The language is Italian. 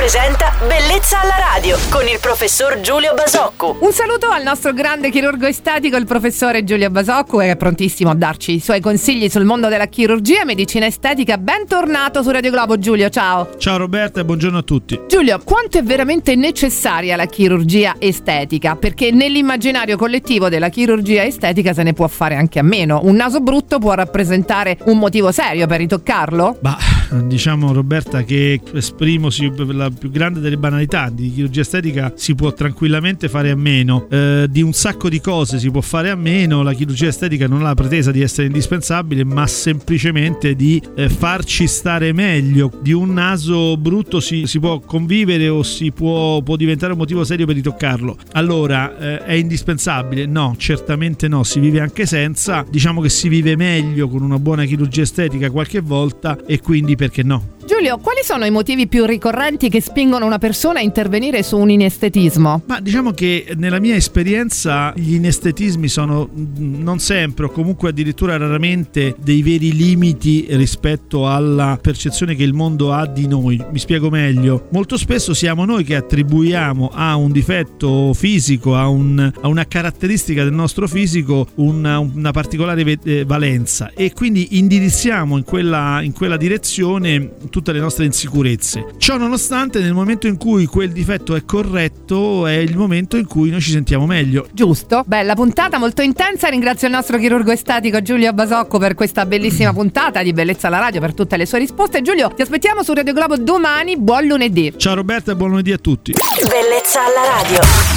presenta Bellezza alla radio con il professor Giulio Basocco. Un saluto al nostro grande chirurgo estetico, il professore Giulio Basocco, che è prontissimo a darci i suoi consigli sul mondo della chirurgia e medicina estetica. Bentornato su Radio Globo, Giulio, ciao. Ciao Roberta e buongiorno a tutti. Giulio, quanto è veramente necessaria la chirurgia estetica? Perché nell'immaginario collettivo della chirurgia estetica se ne può fare anche a meno. Un naso brutto può rappresentare un motivo serio per ritoccarlo? Diciamo Roberta che esprimosi la più grande delle banalità. Di chirurgia estetica si può tranquillamente fare a meno, di un sacco di cose si può fare a meno. La chirurgia estetica non ha la pretesa di essere indispensabile, ma semplicemente di farci stare meglio. Di un naso brutto si può convivere o si può diventare un motivo serio per ritoccarlo. Allora è indispensabile? No, certamente no, si vive anche senza. Diciamo che si vive meglio con una buona chirurgia estetica qualche volta, e quindi perché no? Giulio, quali sono i motivi più ricorrenti che spingono una persona a intervenire su un inestetismo? Ma diciamo che nella mia esperienza gli inestetismi sono non sempre, o comunque addirittura raramente, dei veri limiti rispetto alla percezione che il mondo ha di noi. Mi spiego meglio. Molto spesso siamo noi che attribuiamo a un difetto fisico, a una caratteristica del nostro fisico una particolare valenza, e quindi indirizziamo in quella direzione tutte le nostre insicurezze. Ciò nonostante, nel momento in cui quel difetto è corretto, è il momento in cui noi ci sentiamo meglio. Giusto, bella puntata, molto intensa. Ringrazio il nostro chirurgo estetico Giulio Basocco per questa bellissima puntata di Bellezza alla radio, per tutte le sue risposte. Giulio, ti aspettiamo su Radio Globo domani. Buon lunedì. Ciao Roberta e buon lunedì a tutti. Bellezza alla radio.